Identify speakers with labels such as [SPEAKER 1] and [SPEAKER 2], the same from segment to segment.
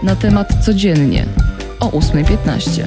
[SPEAKER 1] Na temat codziennie o 8:15.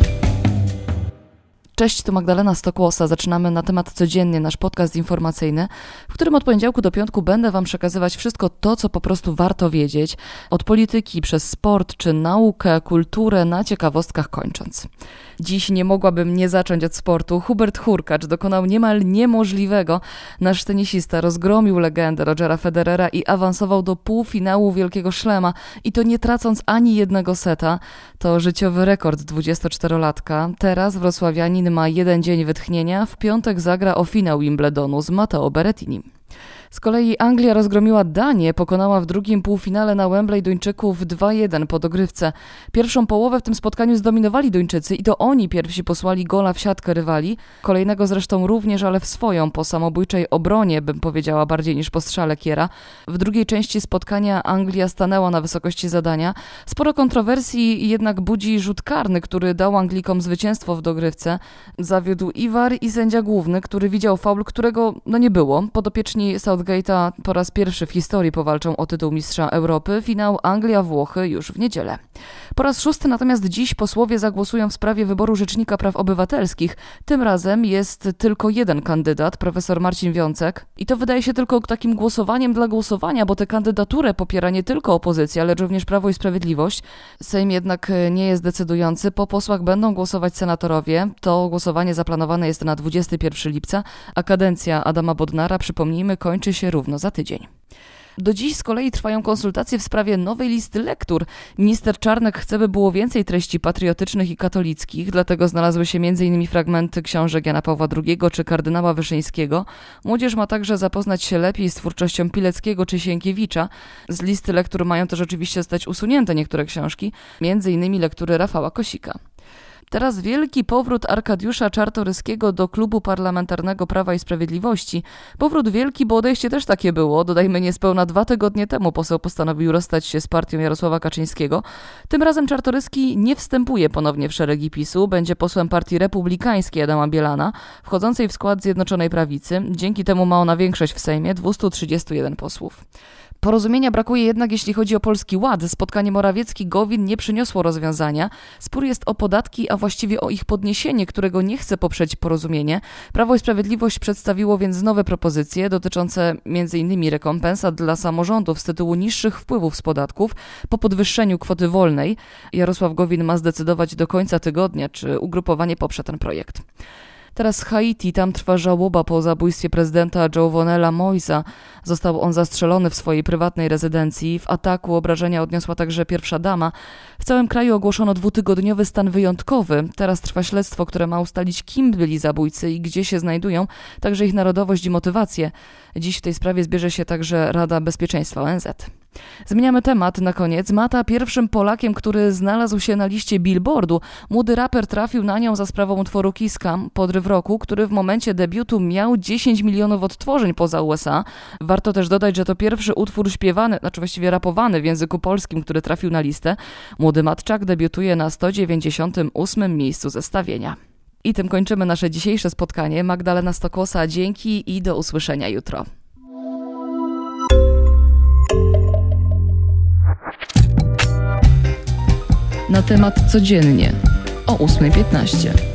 [SPEAKER 1] Cześć, tu Magdalena Stokłosa. Zaczynamy Na temat codziennie, nasz podcast informacyjny, w którym od poniedziałku do piątku będę Wam przekazywać wszystko to, co po prostu warto wiedzieć, od polityki przez sport czy naukę, kulturę, na ciekawostkach kończąc. Dziś nie mogłabym nie zacząć od sportu. Hubert Hurkacz dokonał niemal niemożliwego. Nasz tenisista rozgromił legendę Rogera Federera i awansował do półfinału Wielkiego Szlema i to nie tracąc ani jednego seta. To życiowy rekord 24-latka. Teraz wrocławianin ma jeden dzień wytchnienia. W piątek zagra o finał Wimbledonu z Matteo Berrettinim. Z kolei Anglia rozgromiła Danię, pokonała w drugim półfinale na Wembley Duńczyków 2-1 po dogrywce. Pierwszą połowę w tym spotkaniu zdominowali Duńczycy i to oni pierwsi posłali gola w siatkę rywali. Kolejnego zresztą również, ale w swoją, po samobójczej obronie, bym powiedziała, bardziej niż po strzale Kiera. W drugiej części spotkania Anglia stanęła na wysokości zadania. Sporo kontrowersji jednak budzi rzut karny, który dał Anglikom zwycięstwo w dogrywce. Zawiódł i VAR i sędzia główny, który widział faul, którego nie było. Podopieczni Southgate'a po raz pierwszy w historii powalczą o tytuł mistrza Europy. Finał Anglia-Włochy już w niedzielę. Po raz szósty natomiast dziś posłowie zagłosują w sprawie wyboru Rzecznika Praw Obywatelskich. Tym razem jest tylko jeden kandydat, profesor Marcin Wiącek. I to wydaje się tylko takim głosowaniem dla głosowania, bo tę kandydaturę popiera nie tylko opozycja, lecz również Prawo i Sprawiedliwość. Sejm jednak nie jest decydujący. Po posłach będą głosować senatorowie. To głosowanie zaplanowane jest na 21 lipca, a kadencja Adama Bodnara, przypomnijmy, kończy się równo za tydzień. Do dziś z kolei trwają konsultacje w sprawie nowej listy lektur. Minister Czarnek chce, by było więcej treści patriotycznych i katolickich, dlatego znalazły się m.in. fragmenty książek Jana Pawła II czy kardynała Wyszyńskiego. Młodzież ma także zapoznać się lepiej z twórczością Pileckiego czy Sienkiewicza. Z listy lektur mają też oczywiście zostać usunięte niektóre książki, m.in. lektury Rafała Kosika. Teraz wielki powrót Arkadiusza Czartoryskiego do Klubu Parlamentarnego Prawa i Sprawiedliwości. Powrót wielki, bo odejście też takie było. Dodajmy, niespełna 2 tygodnie temu poseł postanowił rozstać się z partią Jarosława Kaczyńskiego. Tym razem Czartoryski nie wstępuje ponownie w szeregi PiS-u. Będzie posłem Partii Republikańskiej Adama Bielana, wchodzącej w skład Zjednoczonej Prawicy. Dzięki temu ma ona większość w Sejmie, 231 posłów. Porozumienia brakuje jednak, jeśli chodzi o Polski Ład. Spotkanie Morawiecki-Gowin nie przyniosło rozwiązania. Spór jest o podatki, a właściwie o ich podniesienie, którego nie chce poprzeć porozumienie. Prawo i Sprawiedliwość przedstawiło więc nowe propozycje dotyczące m.in. rekompensat dla samorządów z tytułu niższych wpływów z podatków po podwyższeniu kwoty wolnej. Jarosław Gowin ma zdecydować do końca tygodnia, czy ugrupowanie poprze ten projekt. Teraz Haiti, tam trwa żałoba po zabójstwie prezydenta Jovenela Moïsa. Został on zastrzelony w swojej prywatnej rezydencji. W ataku obrażenia odniosła także pierwsza dama. W całym kraju ogłoszono 2-tygodniowy stan wyjątkowy. Teraz trwa śledztwo, które ma ustalić, kim byli zabójcy i gdzie się znajdują, także ich narodowość i motywację. Dziś w tej sprawie zbierze się także Rada Bezpieczeństwa ONZ. Zmieniamy temat na koniec. Mata pierwszym Polakiem, który znalazł się na liście Billboardu. Młody raper trafił na nią za sprawą utworu Kiss Cam, Podryw roku, który w momencie debiutu miał 10 milionów odtworzeń poza USA. Warto też dodać, że to pierwszy utwór śpiewany, właściwie rapowany w języku polskim, który trafił na listę. Młody Matczak debiutuje na 198 miejscu zestawienia. I tym kończymy nasze dzisiejsze spotkanie. Magdalena Stokłosa, dzięki i do usłyszenia jutro. Na temat codziennie o 8:15.